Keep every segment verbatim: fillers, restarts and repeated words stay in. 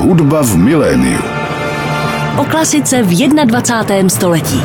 Hudba v miléniu. O klasice v dvacátém prvním století.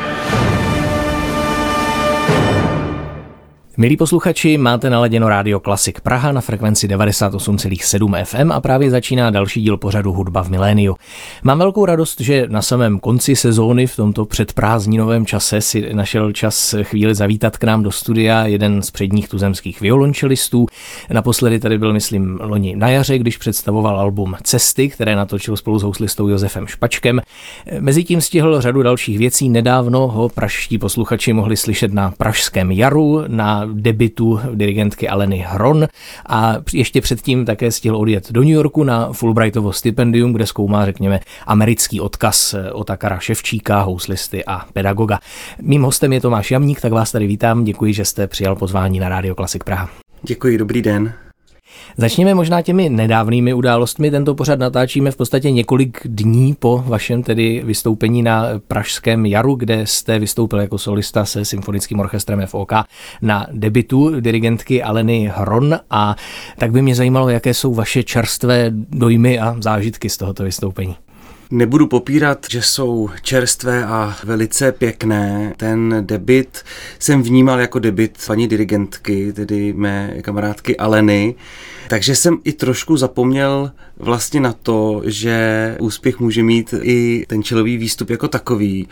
Milí posluchači, máte naladěno Rádio Klasik Praha na frekvenci devadesát osm celá sedm F M a právě začíná další díl pořadu Hudba v miléniu. Mám velkou radost, že na samém konci sezóny v tomto předprázdninovém čase si našel čas chvíli zavítat k nám do studia jeden z předních tuzemských violončelistů. Naposledy tady byl, myslím, loni na jaře, když představoval album Cesty, které natočil spolu s houslistou Josefem Špačkem. Mezitím stihl řadu dalších věcí. Nedávno ho pražští posluchači mohli slyšet na Pražském jaru, na debutu dirigentky Aleny Hron a ještě předtím také stihl odjet do New Yorku na Fulbrightovo stipendium, kde zkoumá, řekněme, americký odkaz Otakara Ševčíka, houslisty a pedagoga. Mým hostem je Tomáš Jamník, tak vás tady vítám. Děkuji, že jste přijal pozvání na Rádio Klasik Praha. Děkuji, dobrý den. Začněme možná těmi nedávnými událostmi. Tento pořad natáčíme v podstatě několik dní po vašem tedy vystoupení na Pražském jaru, kde jste vystoupil jako solista se symfonickým orchestrem F O K na debutu dirigentky Aleny Hron, a tak by mě zajímalo, jaké jsou vaše čerstvé dojmy a zážitky z tohoto vystoupení. Nebudu popírat, že jsou čerstvé a velice pěkné. Ten debut jsem vnímal jako debut paní dirigentky, tedy mé kamarádky Aleny, takže jsem i trošku zapomněl vlastně na to, že úspěch může mít i ten čelový výstup jako takový.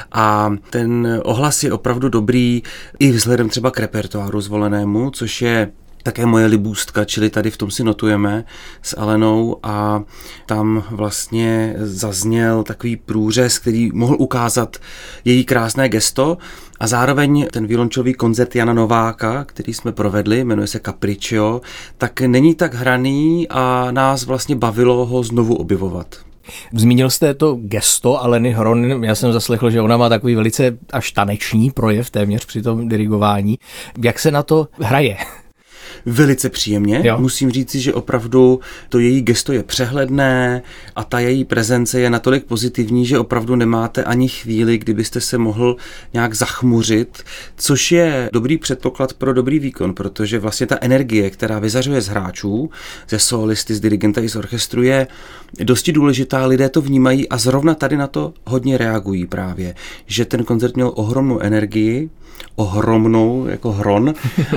A ten ohlas je opravdu dobrý i vzhledem třeba k repertoáru zvolenému, což je také moje libůstka, čili tady v tom si notujeme s Alenou, a tam vlastně zazněl takový průřez, který mohl ukázat její krásné gesto, a zároveň ten violončelový koncert Jana Nováka, který jsme provedli, jmenuje se Capriccio, tak není tak hraný a nás vlastně bavilo ho znovu objevovat. Zmínil jste to gesto Aleny Hron, já jsem zaslechl, že ona má takový velice až taneční projev téměř při tom dirigování. Jak se na to hraje? Velice příjemně. Jo. Musím říci, že opravdu to její gesto je přehledné a ta její prezence je natolik pozitivní, že opravdu nemáte ani chvíli, kdybyste se mohl nějak zachmuřit, což je dobrý předpoklad pro dobrý výkon, protože vlastně ta energie, která vyzařuje z hráčů, ze solisty, z dirigenta i z orchestru, je dosti důležitá, lidé to vnímají a zrovna tady na to hodně reagují právě, že ten koncert měl ohromnou energii, ohromnou, jako hron,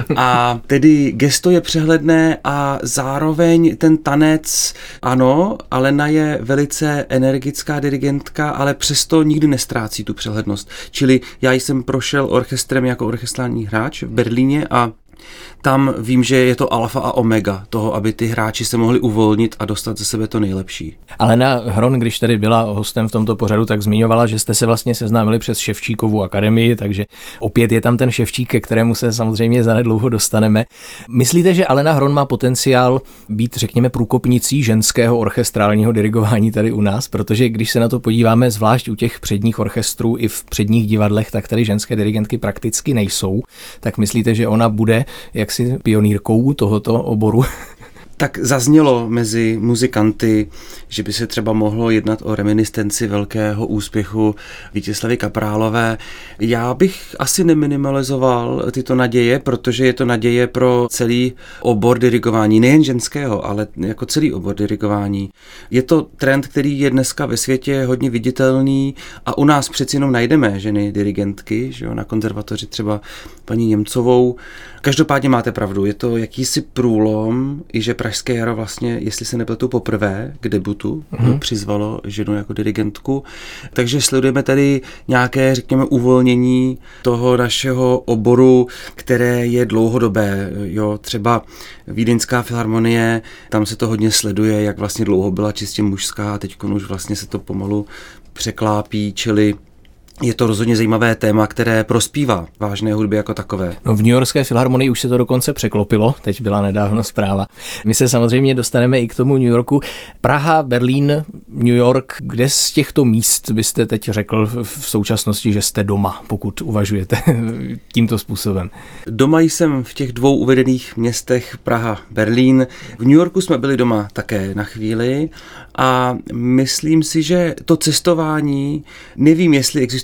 a tedy gesto je přehledné a zároveň ten tanec, ano, Alena je velice energická dirigentka, ale přesto nikdy nestrácí tu přehlednost. Čili já jsem prošel orchestrem jako orchestrální hráč v Berlíně a tam vím, že je to alfa a omega toho, aby ty hráči se mohli uvolnit a dostat ze sebe to nejlepší. Alena Hron, když tady byla hostem v tomto pořadu, tak zmiňovala, že jste se vlastně seznámili přes Ševčíkovu akademii, takže opět je tam ten Ševčík, ke kterému se samozřejmě zanedlouho dostaneme. Myslíte, že Alena Hron má potenciál být, řekněme, průkopnicí ženského orchestrálního dirigování tady u nás? Protože když se na to podíváme, zvlášť u těch předních orchestrů i v předních divadlech, tak tady ženské dirigentky prakticky nejsou. Tak myslíte, že ona bude jaksi pionýrkou tohoto oboru? Tak zaznělo mezi muzikanty, že by se třeba mohlo jednat o reminiscenci velkého úspěchu Vítězslavy Kaprálové. Já bych asi neminimalizoval tyto naděje, protože je to naděje pro celý obor dirigování, nejen ženského, ale jako celý obor dirigování. Je to trend, který je dneska ve světě hodně viditelný a u nás přeci jenom najdeme ženy dirigentky, že jo, na konzervatoři třeba paní Němcovou. Každopádně máte pravdu, je to jakýsi průlom, i že Pražské jaro vlastně, jestli se nepletu poprvé k debutu, mm-hmm. přizvalo ženu jako dirigentku. Takže sledujeme tady nějaké, řekněme, uvolnění toho našeho oboru, které je dlouhodobé. Jo, třeba Vídeňská filharmonie, tam se to hodně sleduje, jak vlastně dlouho byla čistě mužská a teď už vlastně se to pomalu překlápí, čili je to rozhodně zajímavé téma, které prospívá vážné hudbě jako takové. No, v New Yorkské filharmonii už se to dokonce překlopilo, teď byla nedávno zpráva. My se samozřejmě dostaneme i k tomu New Yorku. Praha, Berlín, New York, kde z těchto míst byste teď řekl v současnosti, že jste doma, pokud uvažujete tímto způsobem? Doma jsem v těch dvou uvedených městech Praha, Berlín. V New Yorku jsme byli doma také na chvíli a myslím si, že to cestování, nevím, jestli existuje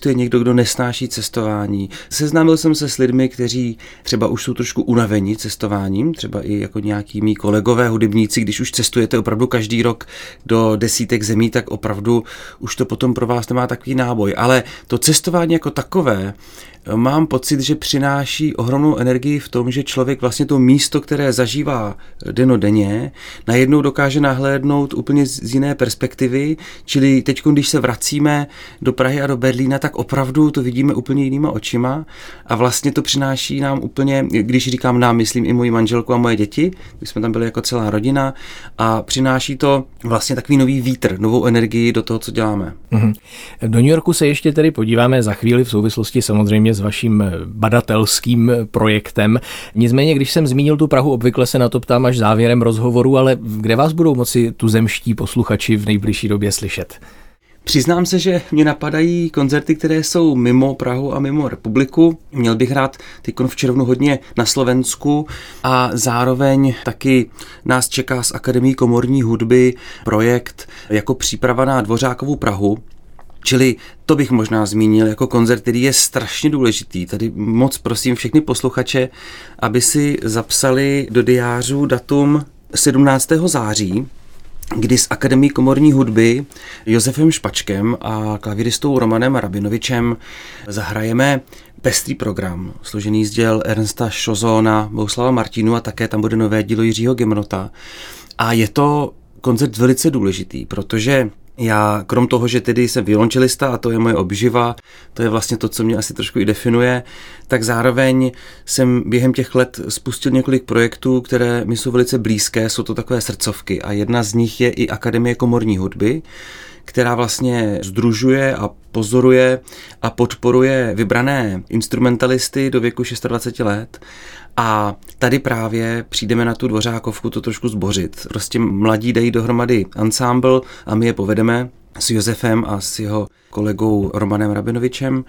existuje někdo, kdo nesnáší cestování. Seznámil jsem se s lidmi, kteří třeba už jsou trošku unavení cestováním, třeba i jako nějaký mý kolegové hudebníci, když už cestujete opravdu každý rok do desítek zemí, tak opravdu už to potom pro vás nemá takový náboj. Ale to cestování jako takové, mám pocit, že přináší ohromnou energii v tom, že člověk vlastně to místo, které zažívá dennodenně, najednou dokáže nahlédnout úplně z jiné perspektivy, čili teď, když se vracíme do Prahy a do Berlína, tak opravdu to vidíme úplně jinýma očima a vlastně to přináší nám úplně, když říkám nám, myslím i moji manželku a moje děti, my jsme tam byli jako celá rodina a přináší to vlastně takový nový vítr, novou energii do toho, co děláme. Mm-hmm. Do New Yorku se ještě tedy podíváme za chvíli v souvislosti samozřejmě s vaším badatelským projektem. Nicméně, když jsem zmínil tu Prahu, obvykle se na to ptám až závěrem rozhovoru, ale kde vás budou moci tuzemští posluchači v nejbližší době slyšet? Přiznám se, že mě napadají koncerty, které jsou mimo Prahu a mimo republiku. Měl bych rád teď v červnu hodně na Slovensku a zároveň taky nás čeká z Akademii komorní hudby projekt jako příprava na Dvořákovu Prahu. Čili to bych možná zmínil jako koncert, který je strašně důležitý. Tady moc prosím všechny posluchače, aby si zapsali do diářů datum sedmnáctého září, kdy s Akademií komorní hudby Josefem Špačkem a klavíristou Romanem Rabinovičem zahrajeme pestrý program, složený z děl Ernsta Šozona, Bohuslava Martinu a také tam bude nové dílo Jiřího Gemnota. A je to koncert velice důležitý, protože já, krom toho, že tedy jsem violončelista a to je moje obživa, to je vlastně to, co mě asi trošku i definuje, tak zároveň jsem během těch let spustil několik projektů, které mi jsou velice blízké, jsou to takové srdcovky a jedna z nich je i Akademie komorní hudby, která vlastně sdružuje a pozoruje a podporuje vybrané instrumentalisty do věku dvacet šest let. A tady právě přijdeme na tu Dvořákovku to trošku zbořit. Prostě mladí dají dohromady ansámbl a my je povedeme s Josefem a s jeho kolegou Romanem Rabinovičem.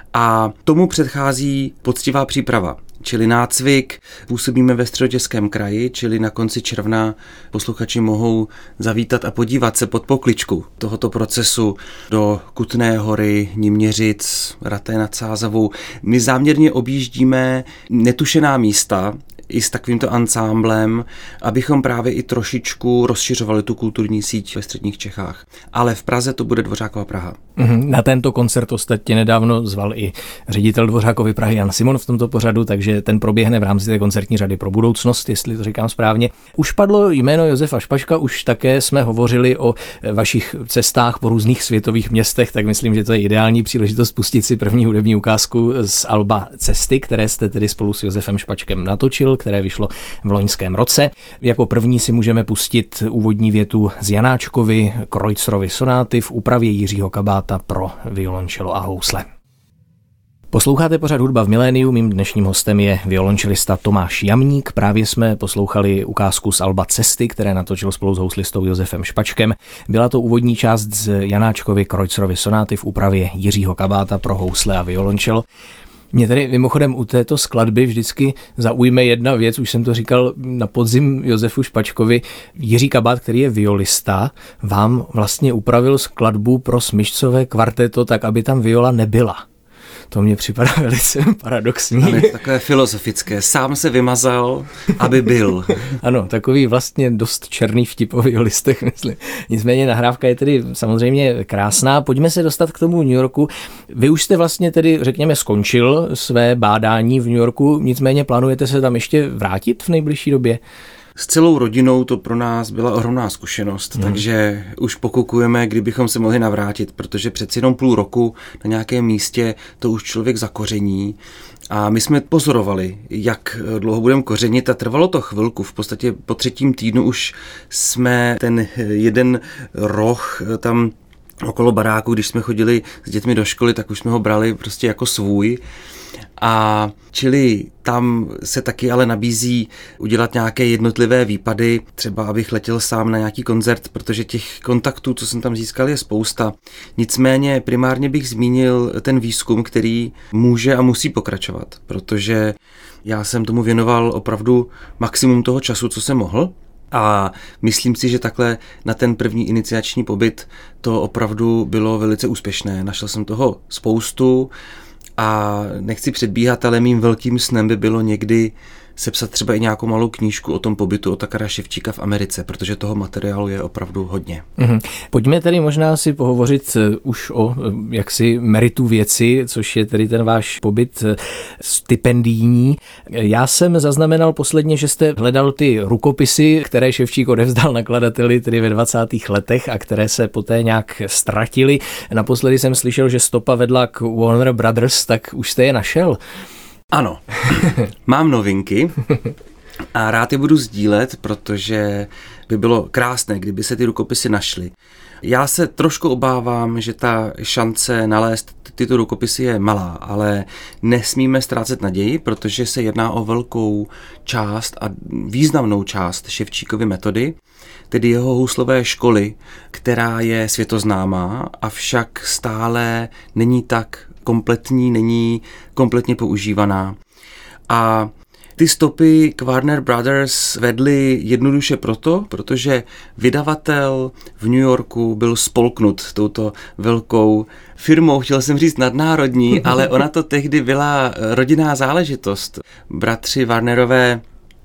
A tomu předchází poctivá příprava, čili nácvik. Působíme ve Středočeském kraji, čili na konci června posluchači mohou zavítat a podívat se pod pokličku tohoto procesu do Kutné Hory, Nimořic, Raté nad Sázavou. My záměrně objíždíme netušená místa i s takovýmto ansámblem, abychom právě i trošičku rozšiřovali tu kulturní síť ve středních Čechách. Ale v Praze to bude Dvořákova Praha. Na tento koncert ostatně nedávno zval i ředitel Dvořákovy Prahy Jan Simon v tomto pořadu, takže ten proběhne v rámci té koncertní řady pro budoucnost, jestli to říkám správně. Už padlo jméno Josefa Špačka, už také jsme hovořili o vašich cestách po různých světových městech, tak myslím, že to je ideální příležitost pustit si první hudební ukázku z alba Cesty, které jste tedy spolu s Josefem Špačkem natočil, které vyšlo v loňském roce. Jako první si můžeme pustit úvodní větu z Janáčkovy Kreutzerovy sonáty v úpravě Jiřího Kabáta pro violončelo a housle. Posloucháte pořad Hudba v miléniu, mým dnešním hostem je violončelista Tomáš Jamník. Právě jsme poslouchali ukázku z alba Cesty, které natočil spolu s houslistou Josefem Špačkem. Byla to úvodní část z Janáčkovy Kreutzerovy sonáty v úpravě Jiřího Kabáta pro housle a violončelo. Mě tady mimochodem u této skladby vždycky zaujme jedna věc, už jsem to říkal na podzim Josefu Špačkovi. Jiří Kabát, který je violista, vám vlastně upravil skladbu pro smyčcové kvarteto tak, aby tam viola nebyla. To mně připadá velice paradoxní. Ale takové filozofické. Sám se vymazal, aby byl. Ano, takový vlastně dost černý vtip o violistech, myslím. Nicméně nahrávka je tedy samozřejmě krásná. Pojďme se dostat k tomu New Yorku. Vy už jste vlastně tedy, řekněme, skončil své bádání v New Yorku, nicméně plánujete se tam ještě vrátit v nejbližší době? S celou rodinou to pro nás byla ohromná zkušenost, hmm. takže už pokukujeme, kdybychom se mohli navrátit, protože přeci jenom půl roku na nějakém místě to už člověk zakoření. A my jsme pozorovali, jak dlouho budeme kořenit a trvalo to chvilku. V podstatě po třetím týdnu už jsme ten jeden roh tam okolo baráku, když jsme chodili s dětmi do školy, tak už jsme ho brali prostě jako svůj. A čili tam se taky ale nabízí udělat nějaké jednotlivé výpady, třeba abych letěl sám na nějaký koncert, protože těch kontaktů, co jsem tam získal, je spousta. Nicméně primárně bych zmínil ten výzkum, který může a musí pokračovat, protože já jsem tomu věnoval opravdu maximum toho času, co jsem mohl. A myslím si, že takhle na ten první iniciační pobyt to opravdu bylo velice úspěšné. Našel jsem toho spoustu a nechci předbíhat, ale mým velkým snem by bylo někdy sepsat třeba i nějakou malou knížku o tom pobytu Otakara Ševčíka v Americe, protože toho materiálu je opravdu hodně. Mm-hmm. Pojďme tedy možná si pohovořit už o jaksi meritu věci, což je tedy ten váš pobyt stipendijní. Já jsem zaznamenal posledně, že jste hledal ty rukopisy, které Ševčík odevzdal nakladateli tedy ve dvacátých letech a které se poté nějak ztratily. Naposledy jsem slyšel, že stopa vedla k Warner Brothers, tak už jste je našel? Ano, mám novinky a rád je budu sdílet, protože by bylo krásné, kdyby se ty rukopisy našly. Já se trošku obávám, že ta šance nalézt tyto rukopisy je malá, ale nesmíme ztrácet naději, protože se jedná o velkou část a významnou část Ševčíkovy metody, tedy jeho houslové školy, která je světoznámá, avšak stále není tak kompletní, není kompletně používaná. A ty stopy k Warner Brothers vedly jednoduše proto, protože vydavatel v New Yorku byl spolknut touto velkou firmou, chtěl jsem říct nadnárodní, ale ona to tehdy byla rodinná záležitost. Bratři Warnerové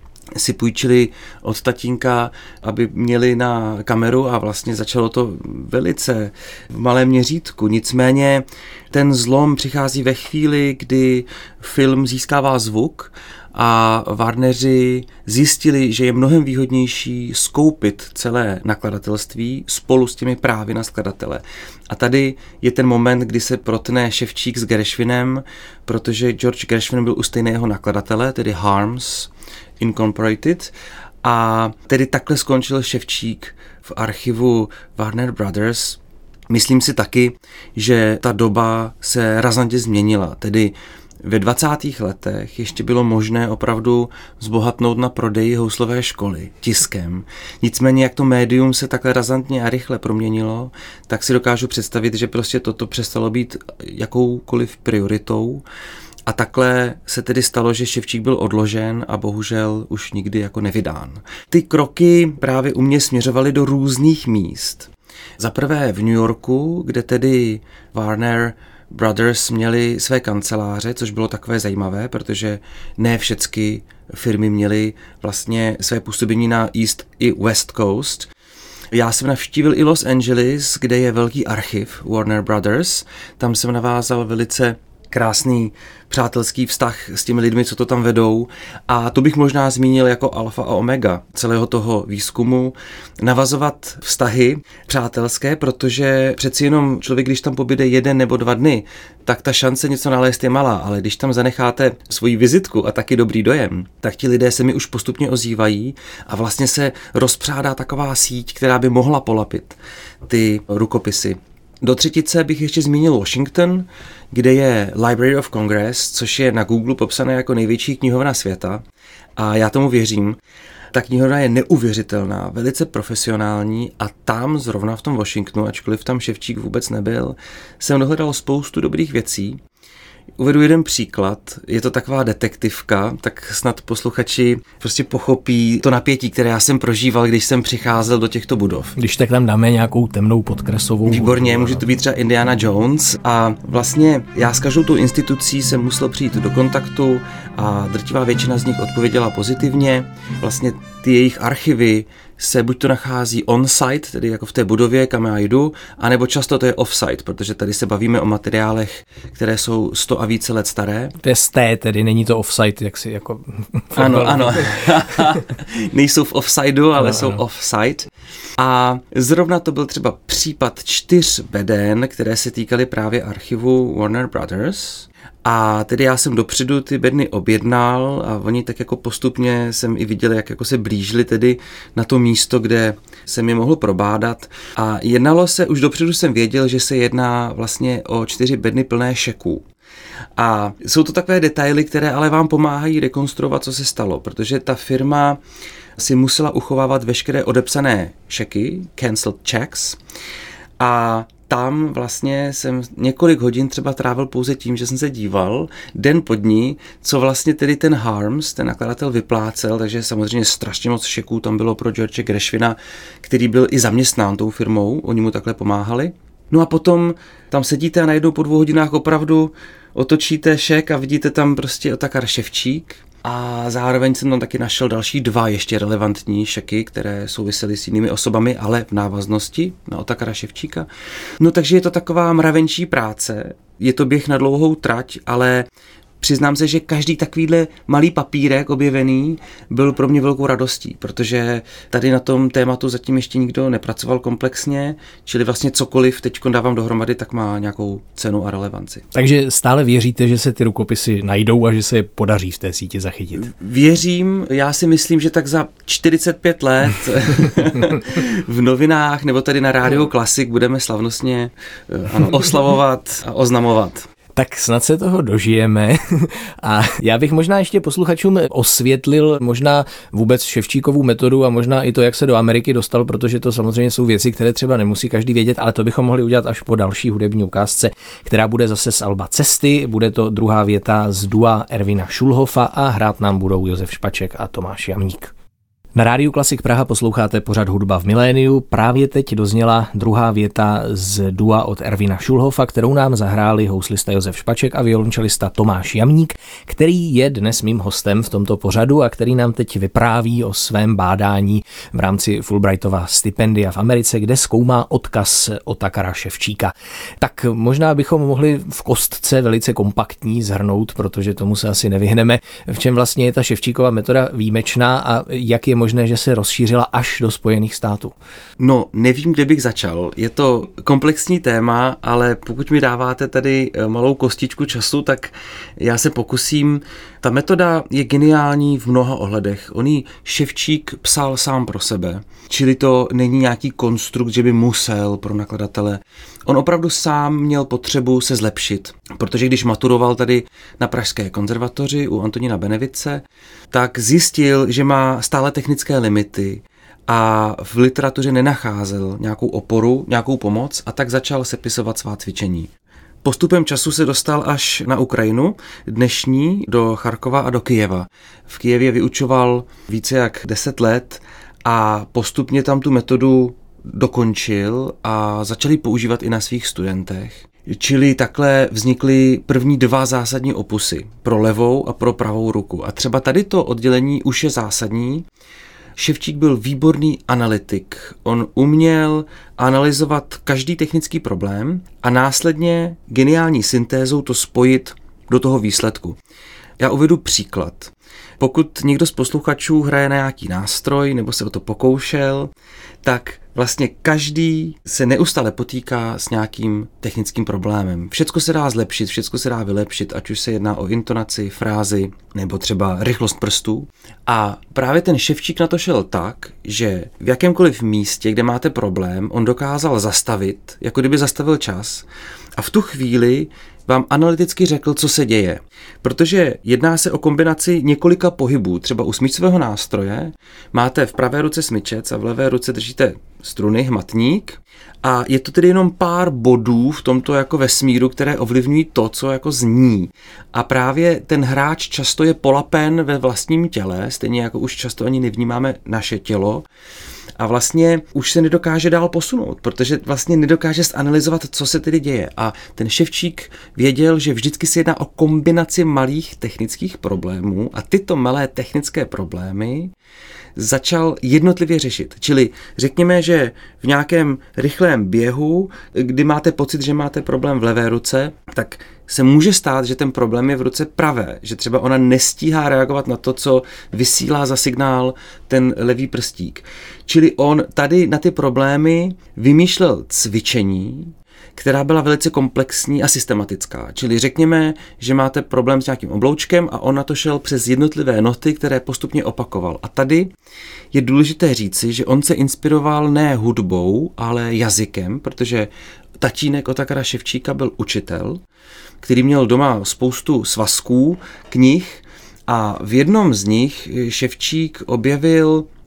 si půjčili od tatínka, aby měli na kameru a vlastně začalo to velice v malém měřítku. Nicméně ten zlom přichází ve chvíli, kdy film získává zvuk a Warneri zjistili, že je mnohem výhodnější skoupit celé nakladatelství spolu s těmi právy na skladatele. A tady je ten moment, kdy se protne Ševčík s Gershwinem, protože George Gershwin byl u stejného nakladatele, tedy Harms Incorporated, a tedy takhle skončil Ševčík v archivu Warner Brothers. Myslím si taky, že ta doba se razantně změnila, tedy ve dvacátých letech ještě bylo možné opravdu zbohatnout na prodeji houslové školy tiskem. Nicméně, jak to médium se takhle razantně a rychle proměnilo, tak si dokážu představit, že prostě toto přestalo být jakoukoliv prioritou. A takhle se tedy stalo, že Ševčík byl odložen a bohužel už nikdy jako nevydán. Ty kroky právě u mě směřovaly do různých míst. Za prvé v New Yorku, kde tedy Warner Brothers měli své kanceláře, což bylo takové zajímavé, protože ne všechny firmy měly vlastně své působení na East i West Coast. Já jsem navštívil i Los Angeles, kde je velký archiv Warner Brothers. Tam jsem navázal velice krásný přátelský vztah s těmi lidmi, co to tam vedou, a to bych možná zmínil jako alfa a omega celého toho výzkumu, navazovat vztahy přátelské, protože přeci jenom člověk, když tam pobyde jeden nebo dva dny, tak ta šance něco nalézt je malá, ale když tam zanecháte svoji vizitku a taky dobrý dojem, tak ti lidé se mi už postupně ozývají a vlastně se rozpřádá taková síť, která by mohla polapit ty rukopisy. Do třetice bych ještě zmínil Washington, kde je Library of Congress, což je na Google popsané jako největší knihovna světa, a já tomu věřím. Ta knihovna je neuvěřitelná, velice profesionální, a tam zrovna v tom Washingtonu, ačkoliv tam Ševčík vůbec nebyl, jsem dohledal spoustu dobrých věcí. Uvedu jeden příklad, je to taková detektivka, tak snad posluchači prostě pochopí to napětí, které já jsem prožíval, když jsem přicházel do těchto budov. Když tak tam dáme nějakou temnou podkresovou. Výborně, může to být třeba Indiana Jones, a vlastně já s každou tou institucí jsem musel přijít do kontaktu a drtivá většina z nich odpověděla pozitivně. Vlastně ty jejich archivy se buď to nachází on-site, tedy jako v té budově, kam já jdu, anebo často to je off-site, protože tady se bavíme o materiálech, které jsou sto a více let staré. To je sté, tedy není to off-site, jak si jako... Ano, ano. Nejsou v off-sideu, ale no, jsou ano. off-site. A zrovna to byl třeba případ čtyř beden, které se týkaly právě archivu Warner Brothers. A tedy já jsem dopředu ty bedny objednal a oni tak jako postupně jsem i viděl, jak jako se blížili tedy na to místo, kde jsem je mohl probádat. A jednalo se, už dopředu jsem věděl, že se jedná vlastně o čtyři bedny plné šeků. A jsou to takové detaily, které ale vám pomáhají rekonstruovat, co se stalo, protože ta firma si musela uchovávat veškeré odepsané šeky, cancelled checks, a tam vlastně jsem několik hodin třeba trávil pouze tím, že jsem se díval den po dní, co vlastně tedy ten Harms, ten nakladatel, vyplácel, takže samozřejmě strašně moc šeků tam bylo pro George Gershwina, který byl i zaměstnán tou firmou, oni mu takhle pomáhali. No a potom tam sedíte a najednou po dvou hodinách opravdu otočíte šek a vidíte tam prostě Otakar Ševčík. A zároveň jsem tam taky našel další dva ještě relevantní šeky, které souvisely s jinými osobami, ale v návaznosti na Otakara Ševčíka. No takže je to taková mravenčí práce, je to běh na dlouhou trať, ale přiznám se, že každý takovýhle malý papírek objevený byl pro mě velkou radostí, protože tady na tom tématu zatím ještě nikdo nepracoval komplexně, čili vlastně cokoliv teď dávám dohromady, tak má nějakou cenu a relevanci. Takže stále věříte, že se ty rukopisy najdou a že se je podaří v té síti zachytit? Věřím, já si myslím, že tak za čtyřicet pět let v novinách nebo tady na Rádiu Klasik budeme slavnostně ano, oslavovat a oznamovat. Tak snad se toho dožijeme a já bych možná ještě posluchačům osvětlil možná vůbec Ševčíkovu metodu a možná i to, jak se do Ameriky dostal, protože to samozřejmě jsou věci, které třeba nemusí každý vědět, ale to bychom mohli udělat až po další hudební ukázce, která bude zase z alba Cesty, bude to druhá věta z dua Ervina Schulhofa a hrát nám budou Josef Špaček a Tomáš Jamník. Na Rádiu Klasik Praha posloucháte pořad Hudba v miléniu. Právě teď dozněla druhá věta z dua od Ervina Schulhofa, kterou nám zahráli houslista Josef Špaček a violončelista Tomáš Jamník, který je dnes mým hostem v tomto pořadu a který nám teď vypráví o svém bádání v rámci Fulbrightova stipendia v Americe, kde zkoumá odkaz Otakara Ševčíka. Tak možná bychom mohli v kostce velice kompaktní zhrnout, protože tomu se asi nevyhneme, v čem vlastně je ta Ševčíkova metoda výjimečná a jak je možné, že se rozšířila až do Spojených států? No, nevím, kde bych začal. Je to komplexní téma, ale pokud mi dáváte tady malou kostičku času, tak já se pokusím. Ta metoda je geniální v mnoha ohledech. On ji Ševčík psal sám pro sebe, čili to není nějaký konstrukt, že by musel pro nakladatele. On opravdu sám měl potřebu se zlepšit, protože když maturoval tady na Pražské konzervatoři u Antonína Benevice, tak zjistil, že má stále technické limity a v literatuře nenacházel nějakou oporu, nějakou pomoc a tak začal sepisovat svá cvičení. Postupem času se dostal až na Ukrajinu, dnešní, do Charkova a do Kyjeva. V Kyjevě vyučoval více jak deset let a postupně tam tu metodu dokončil a začali používat i na svých studentech. Čili takhle vznikly první dva zásadní opusy pro levou a pro pravou ruku. A třeba tady to oddělení už je zásadní. Ševčík byl výborný analytik. On uměl analyzovat každý technický problém a následně geniální syntézou to spojit do toho výsledku. Já uvedu příklad. Pokud někdo z posluchačů hraje na nějaký nástroj nebo se o to pokoušel, tak vlastně každý se neustále potýká s nějakým technickým problémem. Všecko se dá zlepšit, všecko se dá vylepšit, ať už se jedná o intonaci, frázi nebo třeba rychlost prstů. A právě ten Ševčík na to šel tak, že v jakémkoliv místě, kde máte problém, on dokázal zastavit, jako kdyby zastavil čas a v tu chvíli vám analyticky řekl, co se děje. Protože jedná se o kombinaci několika pohybů. Třeba u smyčcového nástroje máte v pravé ruce smyčec a v levé ruce držíte struny, hmatník. A je to tedy jenom pár bodů v tomto jako vesmíru, které ovlivňují to, co jako zní. A právě ten hráč často je polapen ve vlastním těle, stejně jako už často ani nevnímáme naše tělo. A vlastně už se nedokáže dál posunout, protože vlastně nedokáže zanalyzovat, co se tedy děje. A ten Ševčík věděl, že vždycky se jedná o kombinaci malých technických problémů a tyto malé technické problémy začal jednotlivě řešit. Čili řekněme, že v nějakém rychlém běhu, kdy máte pocit, že máte problém v levé ruce, tak se může stát, že ten problém je v ruce pravé, že třeba ona nestíhá reagovat na to, co vysílá za signál ten levý prstík. Čili on tady na ty problémy vymýšlel cvičení, která byla velice komplexní a systematická. Čili řekněme, že máte problém s nějakým obloučkem a on na to šel přes jednotlivé noty, které postupně opakoval. A tady je důležité říci, že on se inspiroval ne hudbou, ale jazykem, protože tatínek Otakara Ševčíka byl učitel, který měl doma spoustu svazků, knih a v jednom z nich Ševčík objevil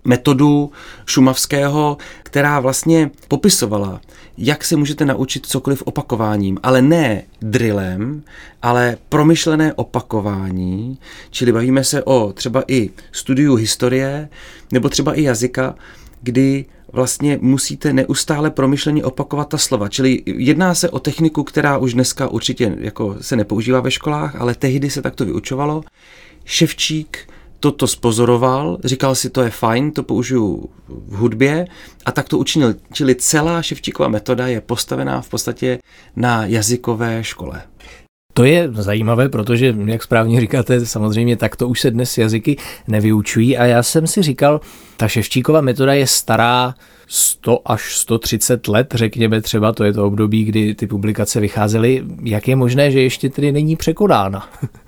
metodu Šumavského, která vlastně popisovala, jak se můžete naučit cokoliv opakováním, ale ne drillem, ale promyšlené opakování, čili bavíme se o třeba i studiu historie, nebo třeba i jazyka, kdy vlastně musíte neustále promyšleně opakovat ta slova. Čili jedná se o techniku, která už dneska určitě jako se nepoužívá ve školách, ale tehdy se takto vyučovalo. Ševčík toto spozoroval, říkal si, to je fajn, to použiju v hudbě a tak to učinil. Čili celá Ševčíkova metoda je postavená v podstatě na jazykové škole. To je zajímavé, protože, jak správně říkáte, samozřejmě takto už se dnes jazyky nevyučují a já jsem si říkal, ta Ševčíkova metoda je stará sto až sto třicet let, řekněme třeba, to je to období, kdy ty publikace vycházely. Jak je možné, že ještě tedy není překonána?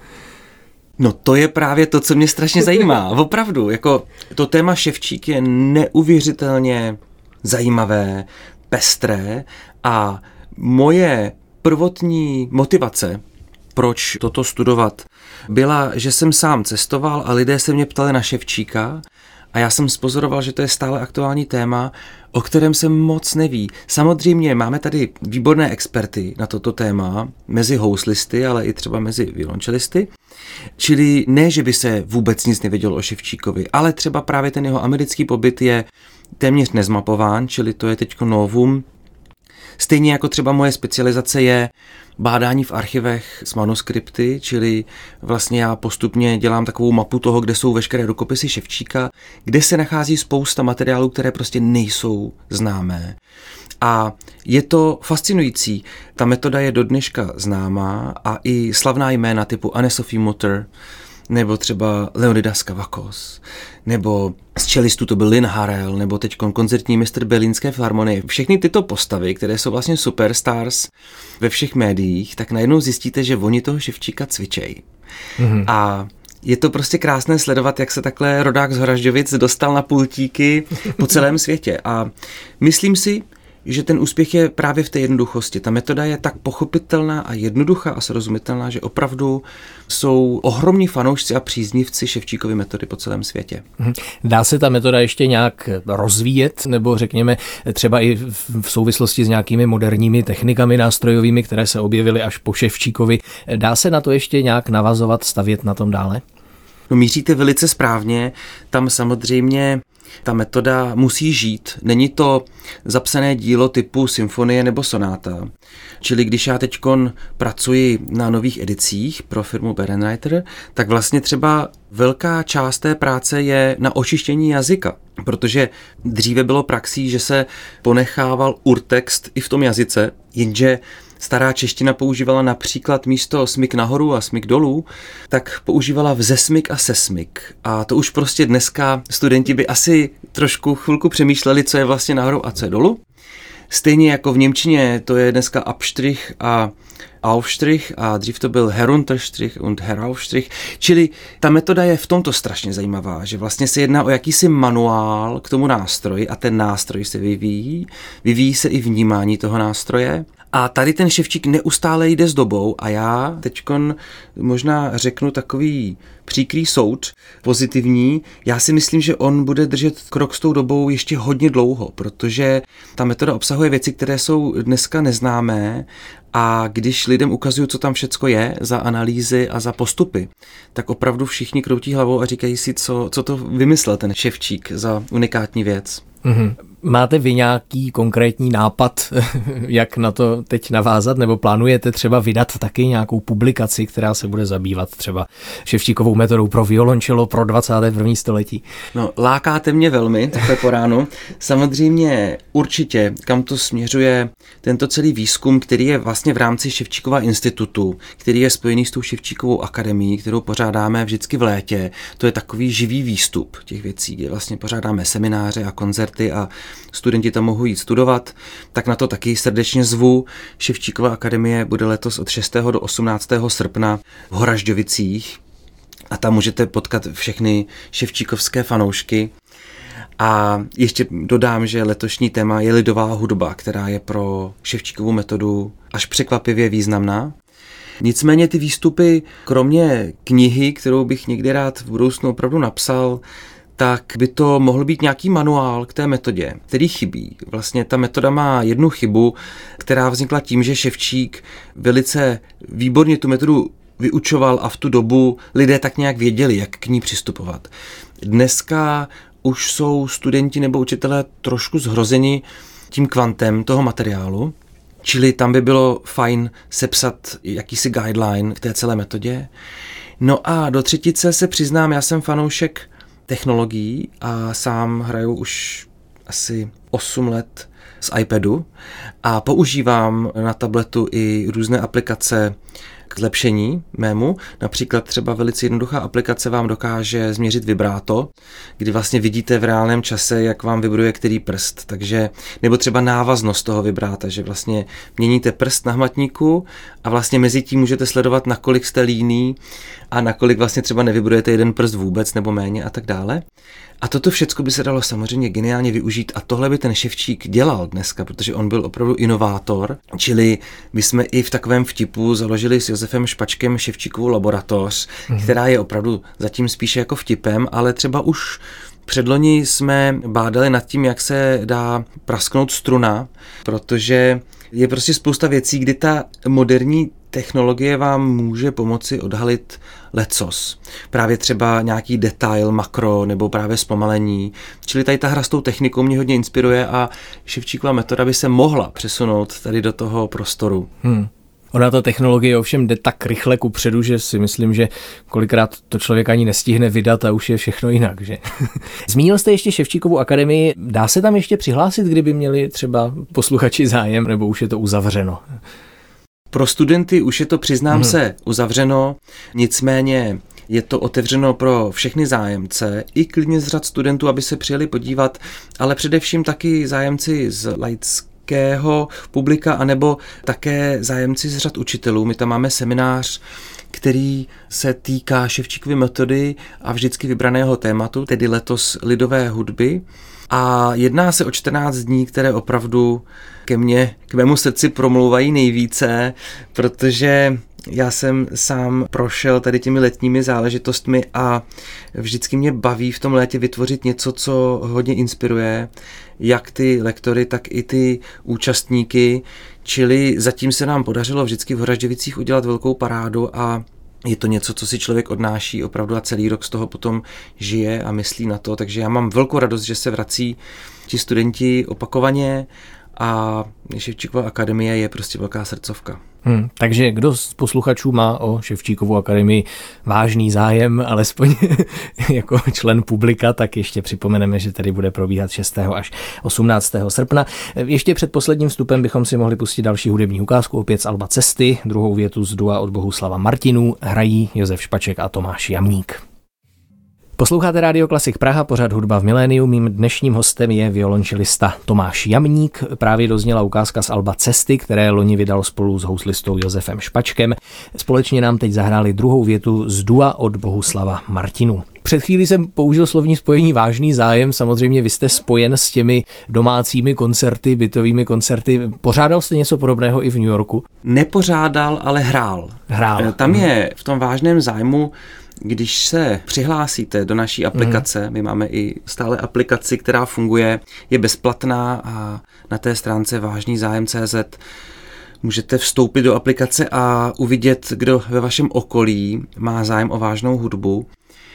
No to je právě to, co mě strašně zajímá. Opravdu, jako to téma Ševčík je neuvěřitelně zajímavé, pestré a moje prvotní motivace, proč toto studovat, byla, že jsem sám cestoval a lidé se mě ptali na Ševčíka a já jsem spozoroval, že to je stále aktuální téma, o kterém se moc neví. Samozřejmě máme tady výborné experty na toto téma, mezi houslisty, ale i třeba mezi violončelisty. Čili ne, že by se vůbec nic nevědělo o Ševčíkovi, ale třeba právě ten jeho americký pobyt je téměř nezmapován, čili to je teďko novum. Stejně jako třeba moje specializace je bádání v archivech s manuskripty, čili vlastně já postupně dělám takovou mapu toho, kde jsou veškeré rukopisy Ševčíka, kde se nachází spousta materiálů, které prostě nejsou známé. A je to fascinující. Ta metoda je do dneška známá a i slavná jména typu Anne-Sophie Mutter, nebo třeba Leonidas Kavakos, nebo z čelistů to byl Lynn Harrell, nebo teď koncertní mistr Berlínské filharmonie. Všechny tyto postavy, které jsou vlastně superstars ve všech médiích, tak najednou zjistíte, že oni toho Ševčíka cvičejí. Mm-hmm. A je to prostě krásné sledovat, jak se takhle rodák z Horažďovic dostal na pultíky po celém světě. A myslím si, že ten úspěch je právě v té jednoduchosti. Ta metoda je tak pochopitelná a jednoduchá a srozumitelná, že opravdu jsou ohromní fanoušci a příznivci Ševčíkovy metody po celém světě. Dá se ta metoda ještě nějak rozvíjet, nebo řekněme třeba i v souvislosti s nějakými moderními technikami nástrojovými, které se objevily až po Ševčíkovi? Dá se na to ještě nějak navazovat, stavět na tom dále? No, míříte velice správně, tam samozřejmě ta metoda musí žít. Není to zapsané dílo typu symfonie nebo sonáta. Čili když já teďkon pracuji na nových edicích pro firmu Berenreiter, tak vlastně třeba velká část té práce je na očištění jazyka, protože dříve bylo praxí, že se ponechával urtext i v tom jazyce, jenže stará čeština používala například místo smyk nahoru a smyk dolů, tak používala vzesmyk a sesmyk. A to už prostě dneska studenti by asi trošku chvilku přemýšleli, co je vlastně nahoru a co je dolů. Stejně jako v němčině to je dneska Abstrich a Aufstrich a dřív to byl Herunterstrich und Heraufstrich. Čili ta metoda je v tomto strašně zajímavá, že vlastně se jedná o jakýsi manuál k tomu nástroji a ten nástroj se vyvíjí. Vyvíjí se i vnímání toho nástroje. A tady ten Ševčík neustále jde s dobou a já teďkon možná řeknu takový příkrý soud, pozitivní. Já si myslím, že on bude držet krok s tou dobou ještě hodně dlouho, protože ta metoda obsahuje věci, které jsou dneska neznámé a když lidem ukazuju, co tam všecko je za analýzy a za postupy, tak opravdu všichni kroutí hlavou a říkají si, co, co to vymyslel ten Ševčík za unikátní věc. Mm-hmm. Máte vy nějaký konkrétní nápad, jak na to teď navázat, nebo plánujete třeba vydat taky nějakou publikaci, která se bude zabývat třeba Ševčíkovou metodou pro violončelo pro dvacáté první století? No, lákáte mě velmi, takhle po ránu. Samozřejmě určitě, kam to směřuje tento celý výzkum, který je vlastně v rámci Ševčíkova institutu, který je spojený s tou Ševčíkovou akademií, kterou pořádáme vždycky v létě. To je takový živý výstup těch věcí, kde vlastně pořádáme semináře a koncerty a studenti tam mohou jít studovat, tak na to taky srdečně zvu. Ševčíkova akademie bude letos od šestého do osmnáctého srpna v Horažďovicích a tam můžete potkat všechny ševčíkovské fanoušky. A ještě dodám, že letošní téma je lidová hudba, která je pro Ševčíkovu metodu až překvapivě významná. Nicméně ty výstupy, kromě knihy, kterou bych někdy rád v budoucnu opravdu napsal, tak by to mohl být nějaký manuál k té metodě, který chybí. Vlastně ta metoda má jednu chybu, která vznikla tím, že Ševčík velice výborně tu metodu vyučoval a v tu dobu lidé tak nějak věděli, jak k ní přistupovat. Dneska už jsou studenti nebo učitelé trošku zhrozeni tím kvantem toho materiálu, čili tam by bylo fajn sepsat jakýsi guideline k té celé metodě. No a do třetice se přiznám, já jsem fanoušek technologií a sám hraju už asi osm let z iPadu a používám na tabletu i různé aplikace k zlepšení mému. Například třeba velice jednoduchá aplikace vám dokáže změřit vibráto, kdy vlastně vidíte v reálném čase, jak vám vibruje který prst. Takže, nebo třeba návaznost toho vibráta, že vlastně měníte prst na hmatníku a vlastně mezi tím můžete sledovat, nakolik jste líný a nakolik vlastně třeba nevibrujete jeden prst vůbec nebo méně a tak dále. A toto všecko by se dalo samozřejmě geniálně využít a tohle by ten Ševčík dělal dneska, protože on byl opravdu inovátor, čili my jsme i v takovém vtipu založili s Josefem Špačkem Ševčíkovu laboratoř, mm. která je opravdu zatím spíše jako vtipem, ale třeba už předloni jsme bádali nad tím, jak se dá prasknout struna, protože je prostě spousta věcí, kdy ta moderní technologie vám může pomoci odhalit lecos. Právě třeba nějaký detail, makro nebo právě zpomalení. Čili tady ta hra s tou technikou mě hodně inspiruje a Ševčíkova metoda by se mohla přesunout tady do toho prostoru. Hmm. Ona ta technologie ovšem jde tak rychle kupředu, že si myslím, že kolikrát to člověk ani nestihne vydat a už je všechno jinak, že? Zmínil jste ještě Ševčíkovu akademii. Dá se tam ještě přihlásit, kdyby měli třeba posluchači zájem, nebo už je to uzavřeno? Pro studenty už je to, přiznám hmm. se, uzavřeno, nicméně je to otevřeno pro všechny zájemce, i klidně z řad studentů, aby se přijeli podívat, ale především taky zájemci z laického publika, anebo také zájemci z řad učitelů. My tam máme seminář, který se týká Ševčíkovy metody a vždycky vybraného tématu, tedy letos lidové hudby. A jedná se o čtrnáct dní, které opravdu ke mně, k mému srdci promlouvají nejvíce, protože já jsem sám prošel tady těmi letními záležitostmi a vždycky mě baví v tom létě vytvořit něco, co hodně inspiruje, jak ty lektory, tak i ty účastníky, čili zatím se nám podařilo vždycky v Horažďovicích udělat velkou parádu a je to něco, co si člověk odnáší opravdu a celý rok z toho potom žije a myslí na to, takže já mám velkou radost, že se vrací ti studenti opakovaně a Ševčíkova akademie je prostě velká srdcovka. Hmm, takže kdo z posluchačů má o Ševčíkovu akademii vážný zájem, alespoň jako člen publika, tak ještě připomeneme, že tady bude probíhat šestého až osmnáctého srpna. Ještě před posledním vstupem bychom si mohli pustit další hudební ukázku, opět z alba Cesty, druhou větu z dua od Bohuslava Martinů, hrají Josef Špaček a Tomáš Jamník. Posloucháte Rádio Klasik Praha, pořad Hudba v miléniu. Mým dnešním hostem je violončelista Tomáš Jamník. Právě dozněla ukázka z alba Cesty, které loni vydal spolu s houslistou Josefem Špačkem. Společně nám teď zahráli druhou větu z dua od Bohuslava Martinů. Před chvílí jsem použil slovní spojení vážný zájem. Samozřejmě vy jste spojen s těmi domácími koncerty, bytovými koncerty. Pořádal jste něco podobného i v New Yorku? Nepořádal, ale hrál. Hrál. Tam je v tom vážném zájmu, když se přihlásíte do naší aplikace, my máme i stále aplikaci, která funguje, je bezplatná a na té stránce vážný zájem tečka cé zet můžete vstoupit do aplikace a uvidět, kdo ve vašem okolí má zájem o vážnou hudbu.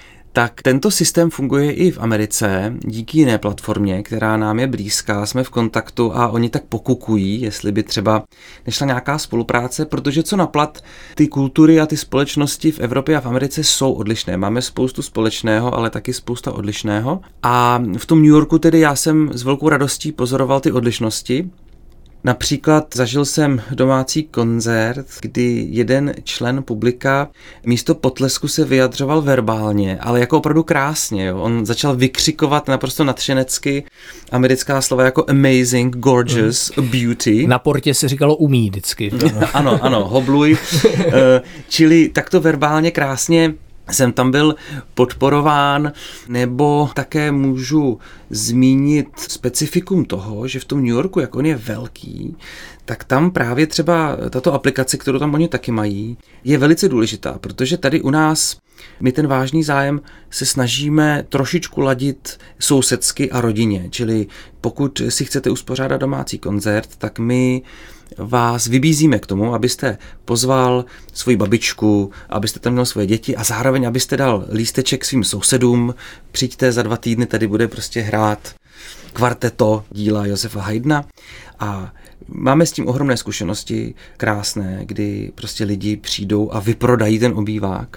Tak tento systém funguje i v Americe díky jiné platformě, která nám je blízká, jsme v kontaktu a oni tak pokukují, jestli by třeba nešla nějaká spolupráce, protože co naplat, ty kultury a ty společnosti v Evropě a v Americe jsou odlišné. Máme spoustu společného, ale taky spousta odlišného. A v tom New Yorku tedy já jsem s velkou radostí pozoroval ty odlišnosti. Například zažil jsem domácí koncert, kdy jeden člen publika místo potlesku se vyjadřoval verbálně, ale jako opravdu krásně. Jo. On začal vykřikovat naprosto nadšenecky americká slova jako amazing, gorgeous, mm. beauty. Na portě se říkalo umí vždycky. ano, ano, hobluj. Čili takto verbálně krásně jsem tam byl podporován, nebo také můžu zmínit specifikum toho, že v tom New Yorku, jak on je velký, tak tam právě třeba tato aplikace, kterou tam oni taky mají, je velice důležitá, protože tady u nás my ten vážný zájem se snažíme trošičku ladit sousedsky a rodině, čili pokud si chcete uspořádat domácí koncert, tak my vás vybízíme k tomu, abyste pozval svoji babičku, abyste tam měl svoje děti a zároveň abyste dal lísteček svým sousedům, přijďte za dva týdny, tady bude prostě hrát kvarteto díla Josefa Haydna a máme s tím ohromné zkušenosti, krásné, kdy prostě lidi přijdou a vyprodají ten obývák.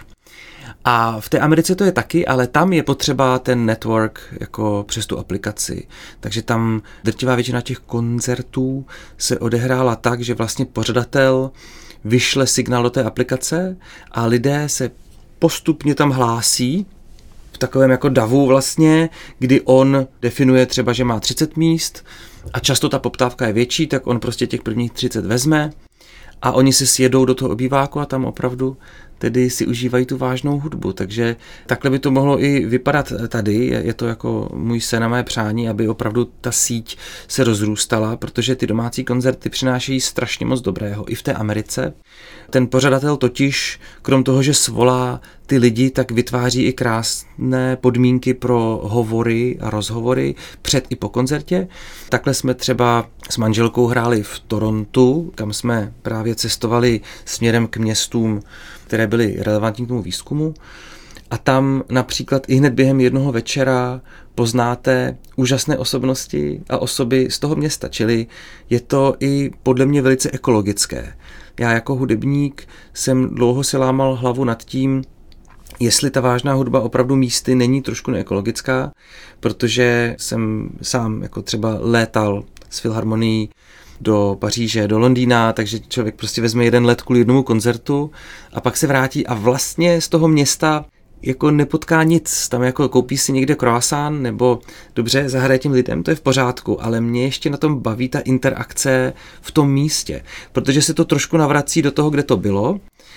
A v té Americe to je taky, ale tam je potřeba ten network jako přes tu aplikaci. Takže tam drtivá většina těch koncertů se odehrála tak, že vlastně pořadatel vyšle signál do té aplikace a lidé se postupně tam hlásí v takovém jako davu vlastně, kdy on definuje třeba, že má třicet míst a často ta poptávka je větší, tak on prostě těch prvních třicet vezme a oni se sjedou do toho obýváku a tam opravdu tedy si užívají tu vážnou hudbu, takže takhle by to mohlo i vypadat tady, je to jako můj sen a mé přání, aby opravdu ta síť se rozrůstala, protože ty domácí koncerty přinášejí strašně moc dobrého i v té Americe. Ten pořadatel totiž, krom toho, že svolá ty lidi, tak vytváří i krásné podmínky pro hovory a rozhovory před i po koncertě. Takhle jsme třeba s manželkou hráli v Torontu, kam jsme právě cestovali směrem k městům, které byly relevantní k tomu výzkumu. A tam například i hned během jednoho večera poznáte úžasné osobnosti a osoby z toho města, čili je to i podle mě velice ekologické. Já jako hudebník jsem dlouho si lámal hlavu nad tím, jestli ta vážná hudba opravdu místy není trošku neekologická, protože jsem sám jako třeba létal s filharmonií do Paříže, do Londýna, takže člověk prostě vezme jeden let kvůli jednomu koncertu a pak se vrátí a vlastně z toho města jako nepotká nic, tam jako koupí si někde croissant nebo dobře zahraje těm lidem, to je v pořádku, ale mě ještě na tom baví ta interakce v tom místě, protože se to trošku navrací do toho, kde to bylo.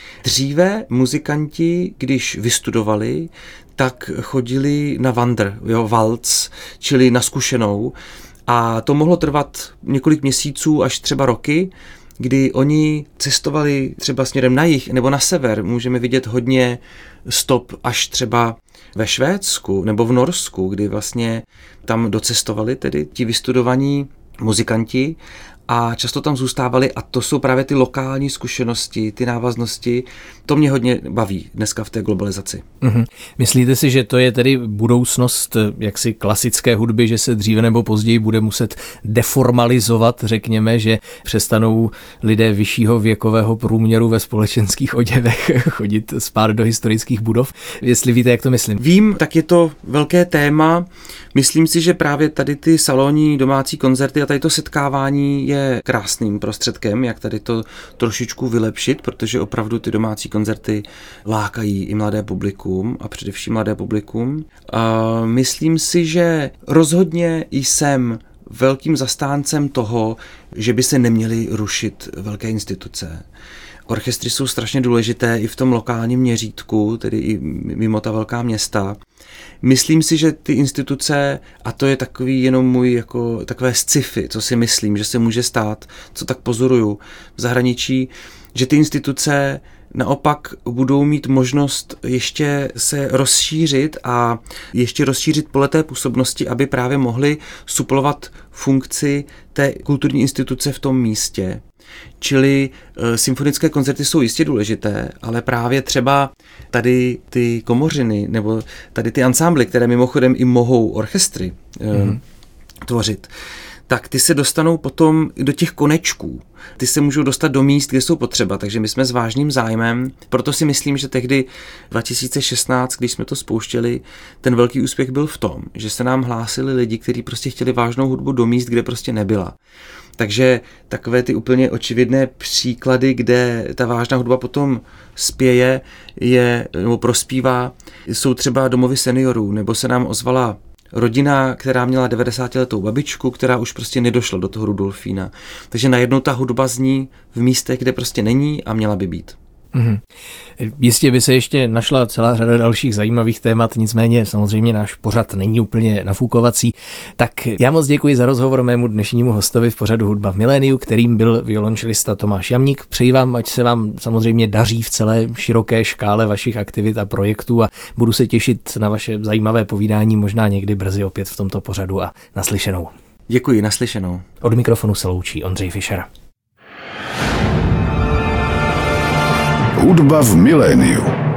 Dříve muzikanti, když vystudovali, tak chodili na Wander, jo, Waltz, čili na zkušenou a to mohlo trvat několik měsíců až třeba roky, kdy oni cestovali třeba směrem na jih nebo na sever. Můžeme vidět hodně stop až třeba ve Švédsku nebo v Norsku, kdy vlastně tam docestovali tedy ti vystudovaní muzikanti a často tam zůstávali a to jsou právě ty lokální zkušenosti, ty návaznosti. To mě hodně baví dneska v té globalizaci. Mm-hmm. Myslíte si, že to je tedy budoucnost jaksi klasické hudby, že se dříve nebo později bude muset deformalizovat, řekněme, že přestanou lidé vyššího věkového průměru ve společenských oděvech chodit spát do historických budov? Jestli víte, jak to myslím. Vím, tak je to velké téma. Myslím si, že právě tady ty salonní domácí koncerty a tady to setkávání je krásným prostředkem, jak tady to trošičku vylepšit, protože opravdu ty domácí koncerty lákají i mladé publikum a především mladé publikum. A myslím si, že rozhodně jsem velkým zastáncem toho, že by se neměly rušit velké instituce. Orchestry jsou strašně důležité i v tom lokálním měřítku, tedy i mimo ta velká města. Myslím si, že ty instituce, a to je takový jenom můj jako takové sci-fi, co si myslím, že se může stát, co tak pozoruju v zahraničí, že ty instituce naopak budou mít možnost ještě se rozšířit a ještě rozšířit pole té působnosti, aby právě mohly suplovat funkci té kulturní instituce v tom místě. Čili e, symfonické koncerty jsou jistě důležité, ale právě třeba tady ty komořiny nebo tady ty ansámbly, které mimochodem i mohou orchestry e, mm-hmm. tvořit, tak ty se dostanou potom do těch konečků. Ty se můžou dostat do míst, kde jsou potřeba, takže my jsme s vážným zájmem. Proto si myslím, že tehdy dva tisíce šestnáct, když jsme to spouštěli, ten velký úspěch byl v tom, že se nám hlásili lidi, kteří prostě chtěli vážnou hudbu do míst, kde prostě nebyla. Takže takové ty úplně očividné příklady, kde ta vážná hudba potom zpěje, je, nebo prospívá, jsou třeba domovy seniorů, nebo se nám ozvala rodina, která měla devadesátiletou babičku, která už prostě nedošla do toho Rudolfína. Takže najednou ta hudba zní v místech, kde prostě není a měla by být. Mm-hmm. Jistě by se ještě našla celá řada dalších zajímavých témat, nicméně samozřejmě náš pořad není úplně nafukovací. Tak já moc děkuji za rozhovor mému dnešnímu hostovi v pořadu Hudba v miléniu, kterým byl violončelista Tomáš Jamník. Přeji vám, ať se vám samozřejmě daří v celé široké škále vašich aktivit a projektů a budu se těšit na vaše zajímavé povídání možná někdy brzy opět v tomto pořadu a naslyšenou. Děkuji, naslyšenou. Od mikrofonu se loučí Ondřej Fischer. Hudba v miléniu.